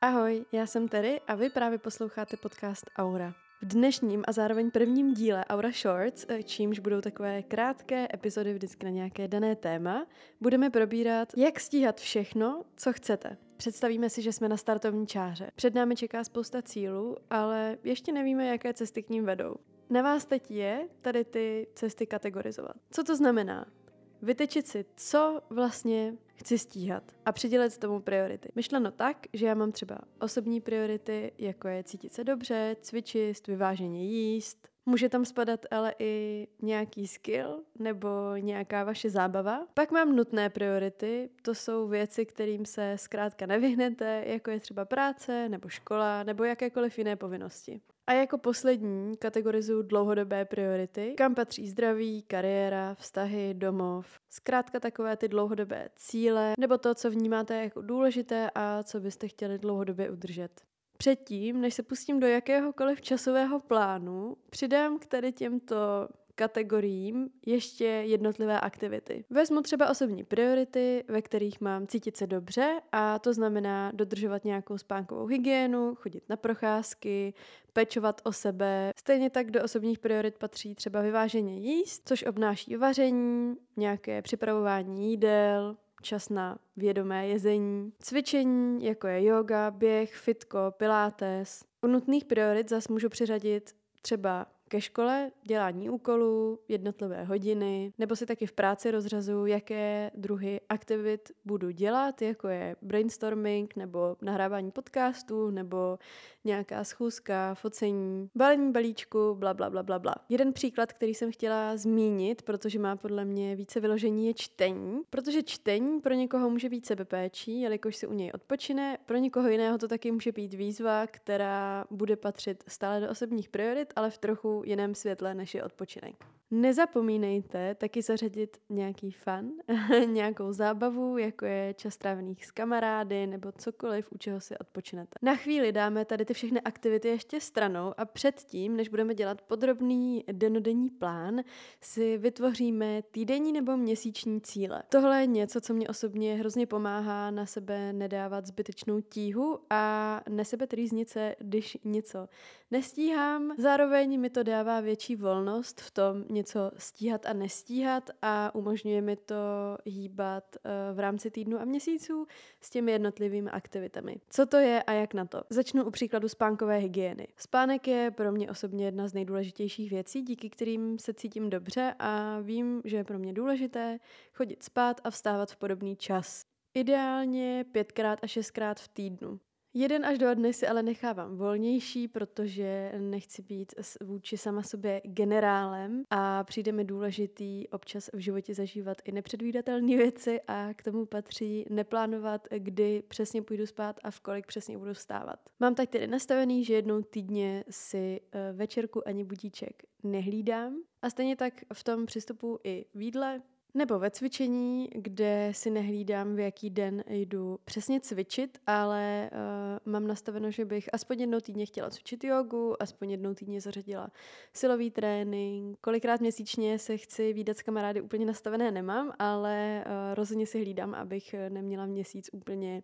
Ahoj, já jsem Terry a vy právě posloucháte podcast Aura. V dnešním a zároveň prvním díle Aura Shorts, čímž budou takové krátké epizody vždycky na nějaké dané téma, budeme probírat, jak stíhat všechno, co chcete. Představíme si, že jsme na startovní čáře. Před námi čeká spousta cílů, ale ještě nevíme, jaké cesty k ním vedou. Na vás teď je tady ty cesty kategorizovat. Co to znamená? Vytyčit si, co vlastně chci stíhat a přidělit tomu priority. Myšleno tak, že já mám třeba osobní priority, jako je cítit se dobře, cvičit, vyváženě jíst. Může tam spadat ale i nějaký skill nebo nějaká vaše zábava. Pak mám nutné priority, to jsou věci, kterým se zkrátka nevyhnete, jako je třeba práce nebo škola nebo jakékoliv jiné povinnosti. A jako poslední kategorizuju dlouhodobé priority, kam patří zdraví, kariéra, vztahy, domov. Zkrátka takové ty dlouhodobé cíle, nebo to, co vnímáte jako důležité a co byste chtěli dlouhodobě udržet. Předtím, než se pustím do jakéhokoliv časového plánu, přidám k tady těmto kategoriím ještě jednotlivé aktivity. Vezmu třeba osobní priority, ve kterých mám cítit se dobře a to znamená dodržovat nějakou spánkovou hygienu, chodit na procházky, pečovat o sebe. Stejně tak do osobních priorit patří třeba vyváženě jíst, což obnáší vaření, nějaké připravování jídel, čas na vědomé jezení, cvičení, jako je yoga, běh, fitko, pilates. U nutných priorit zas můžu přiřadit třeba ke škole, dělání úkolů, jednotlivé hodiny, nebo si taky v práci rozřazuju, jaké druhy aktivit budu dělat, jako je brainstorming, nebo nahrávání podcastů, nebo nějaká schůzka, focení, balení balíčku, bla, bla, bla, bla, bla. Jeden příklad, který jsem chtěla zmínit, protože má podle mě více vyložení, je čtení, protože čtení pro někoho může být sebepéčí, jelikož si u něj odpočine, pro někoho jiného to taky může být výzva, která bude patřit stále do osobních priorit, ale v trochu jiném světle, než je odpočinek. Nezapomínejte taky zařadit nějaký fun, nějakou zábavu, jako je čas strávených s kamarády nebo cokoliv, u čeho si odpočinete. Na chvíli dáme tady ty všechny aktivity ještě stranou a předtím, než budeme dělat podrobný dennodenní plán, si vytvoříme týdenní nebo měsíční cíle. Tohle je něco, co mě osobně hrozně pomáhá na sebe nedávat zbytečnou tíhu a nesebetrýznit se, když něco nestíhám. Zároveň mi to dává větší volnost v tom něco stíhat a nestíhat a umožňuje mi to hýbat v rámci týdnu a měsíců s těmi jednotlivými aktivitami. Co to je a jak na to? Začnu u příkladu spánkové hygieny. Spánek je pro mě osobně jedna z nejdůležitějších věcí, díky kterým se cítím dobře a vím, že je pro mě důležité chodit spát a vstávat v podobný čas. Ideálně 5x a 6x v týdnu. 1 až 2 dny si ale nechávám volnější, protože nechci být vůči sama sobě generálem a přijde mi důležitý občas v životě zažívat i nepředvídatelné věci a k tomu patří neplánovat, kdy přesně půjdu spát a v kolik přesně budu vstávat. Mám tak tedy nastavený, že 1 týdně si večerku ani budíček nehlídám a stejně tak v tom přistupu i v jídle, nebo ve cvičení, kde si nehlídám, v jaký den jdu přesně cvičit, ale mám nastaveno, že bych aspoň 1 týdně chtěla cvičit jogu, aspoň 1 týdně zařadila silový trénink. Kolikrát měsíčně se chci vídat s kamarády úplně nastavené nemám, ale rozhodně si hlídám, abych neměla měsíc úplně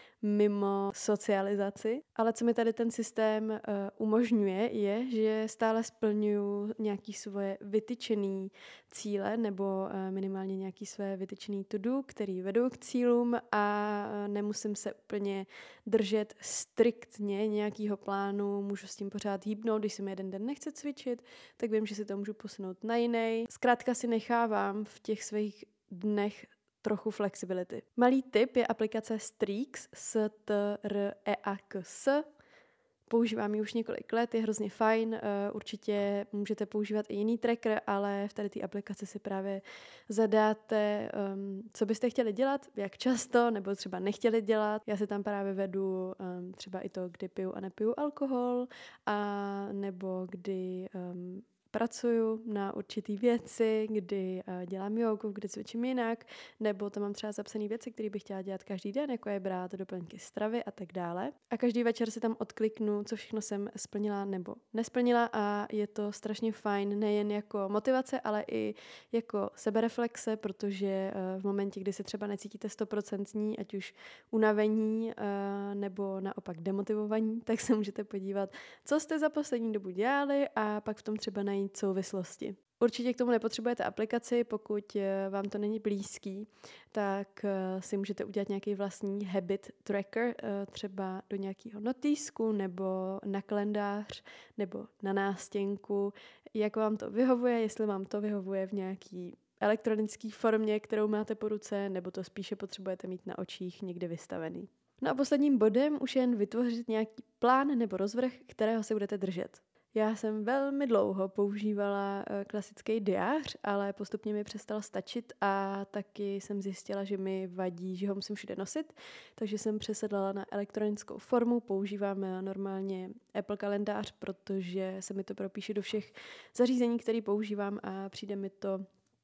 mimo socializaci. Ale co mi tady ten systém umožňuje, je, že stále splňuju nějaký svoje vytyčený cíle nebo minimálně nějaký své vytyčený to-do, který vedou k cílům a nemusím se úplně držet striktně nějakého plánu, můžu s tím pořád hýbnout, když se mi jeden den nechce cvičit, tak vím, že si to můžu posunout na jiný. Zkrátka si nechávám v těch svých dnech trochu flexibility. Malý tip je aplikace Streaks, S-T-R-E-A-K-S. Používám ji už několik let, je hrozně fajn. Určitě můžete používat i jiný tracker, ale v tady té aplikaci si právě zadáte, co byste chtěli dělat, jak často, nebo třeba nechtěli dělat. Já si tam právě vedu třeba i to, kdy piju a nepiju alkohol, a nebo kdy pracuju na určitý věci, kdy dělám jogu, kdy cvičím jinak, nebo tam mám třeba zapsané věci, které bych chtěla dělat každý den, jako je brát doplňky stravy a tak dále. A každý večer si tam odkliknu, co všechno jsem splnila nebo nesplnila a je to strašně fajn, nejen jako motivace, ale i jako sebereflexe, protože v momentě, kdy se třeba necítíte 100%, ať už unavení nebo naopak demotivovaní, tak se můžete podívat, co jste za poslední dobu dělali a pak v tom třeba najít souvislosti. Určitě k tomu nepotřebujete aplikaci, pokud vám to není blízký, tak si můžete udělat nějaký vlastní habit tracker, třeba do nějakého notýsku nebo na kalendář nebo na nástěnku, jak vám to vyhovuje, jestli vám to vyhovuje v nějaký elektronické formě, kterou máte po ruce, nebo to spíše potřebujete mít na očích někde vystavený. No a posledním bodem už jen vytvořit nějaký plán nebo rozvrh, kterého se budete držet. Já jsem velmi dlouho používala klasický diář, ale postupně mi přestal stačit a taky jsem zjistila, že mi vadí, že ho musím všude nosit, takže jsem přesedlala na elektronickou formu, používám normálně Apple kalendář, protože se mi to propíše do všech zařízení, které používám a přijde mi to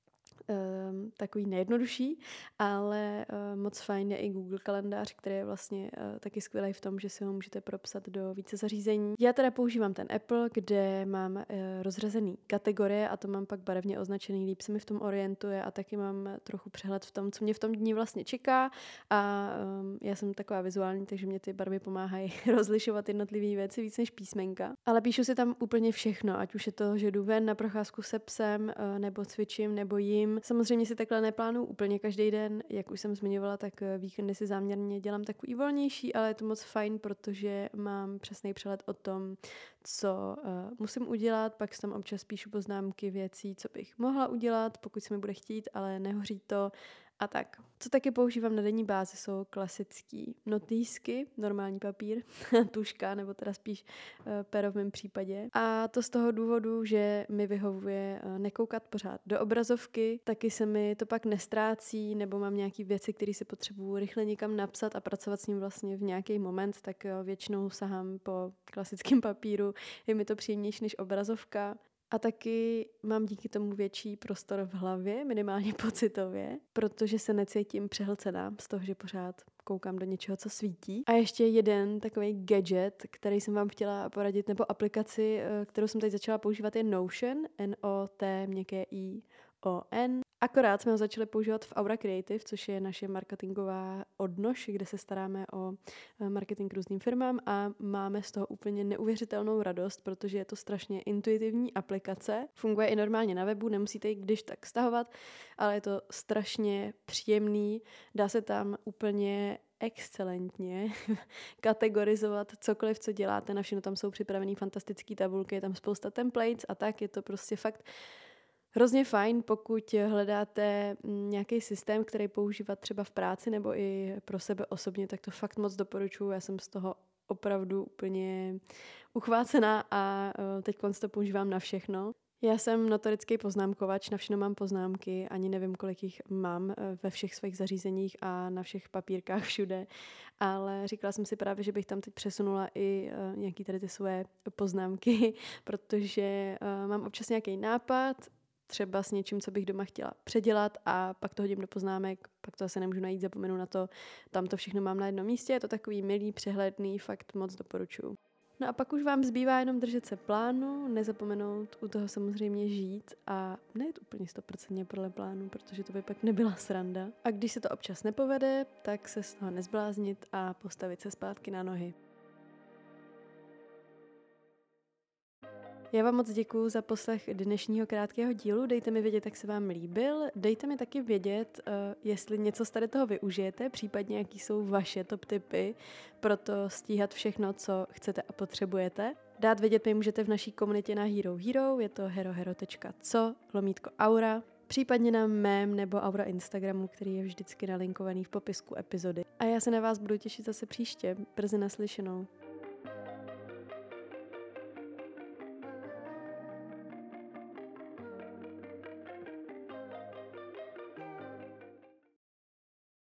takový nejjednodušší, ale moc fajn je i Google kalendář, který je vlastně taky skvělý v tom, že si ho můžete propsat do více zařízení. Já teda používám ten Apple, kde mám rozřazený kategorie a to mám pak barevně označený, líp se mi v tom orientuje a taky mám trochu přehled v tom, co mě v tom dní vlastně čeká a já jsem taková vizuální, takže mě ty barvy pomáhají rozlišovat jednotlivé věci víc než písmenka. Ale píšu si tam úplně všechno, ať už je to, že jdu ven na procházku se psem, nebo cvičím, nebo jim. Samozřejmě si takhle neplánuju úplně každý den, jak už jsem zmiňovala, tak víkendy si záměrně dělám takový volnější, ale je to moc fajn, protože mám přesný přehled o tom, co musím udělat, pak si tam občas píšu poznámky věcí, co bych mohla udělat, pokud se mi bude chtít, ale nehoří to a tak. Co taky používám na denní bázi jsou klasický notýsky, normální papír, tužka, nebo teda spíš pero v mém případě. A to z toho důvodu, že mi vyhovuje nekoukat pořád do obrazovky, taky se mi to pak nestrácí, nebo mám nějaký věci, které si potřebuju rychle někam napsat a pracovat s ním vlastně v nějaký moment, tak většinou sahám po klasickém papíru, je mi to příjemnější než obrazovka. A taky mám díky tomu větší prostor v hlavě, minimálně pocitově, protože se necítím přehlcená z toho, že pořád koukám do něčeho, co svítí. A ještě jeden takový gadget, který jsem vám chtěla poradit, nebo aplikaci, kterou jsem teď začala používat, je Notion, Notion. Akorát jsme ho začali používat v Aura Creative, což je naše marketingová odnož, kde se staráme o marketing různým firmám a máme z toho úplně neuvěřitelnou radost, protože je to strašně intuitivní aplikace. Funguje i normálně na webu, nemusíte ji když tak stahovat, ale je to strašně příjemný. Dá se tam úplně excelentně kategorizovat cokoliv, co děláte. Na všechno tam jsou připravené fantastické tabulky, je tam spousta templates a tak. Je to prostě fakt hrozně fajn, pokud hledáte nějaký systém, který používat třeba v práci nebo i pro sebe osobně, tak to fakt moc doporučuji. Já jsem z toho opravdu úplně uchvácená a teď to používám na všechno. Já jsem notorický poznámkovač, na všechno mám poznámky, ani nevím, kolik jich mám ve všech svých zařízeních a na všech papírkách všude, ale říkala jsem si právě, že bych tam teď přesunula i nějaký tady ty svoje poznámky, protože mám občas nějaký nápad, třeba s něčím, co bych doma chtěla předělat a pak to hodím do poznámek, pak to asi nemůžu najít, zapomenu na to, tam to všechno mám na jednom místě, je to takový milý, přehledný, fakt moc doporučuju. No a pak už vám zbývá jenom držet se plánu, nezapomenout u toho samozřejmě žít a nejít úplně 100% podle plánu, protože to by pak nebyla sranda. A když se to občas nepovede, tak se z toho nezbláznit a postavit se zpátky na nohy. Já vám moc děkuju za poslech dnešního krátkého dílu, dejte mi vědět, jak se vám líbil, dejte mi taky vědět, jestli něco z tady toho využijete, případně jaký jsou vaše top tipy pro to stíhat všechno, co chcete a potřebujete. Dát vědět mi můžete v naší komunitě na Hero Hero, je to herohero.co/aura, případně na mém nebo Aura Instagramu, který je vždycky nalinkovaný v popisku epizody. A já se na vás budu těšit zase příště, brzy naslyšenou.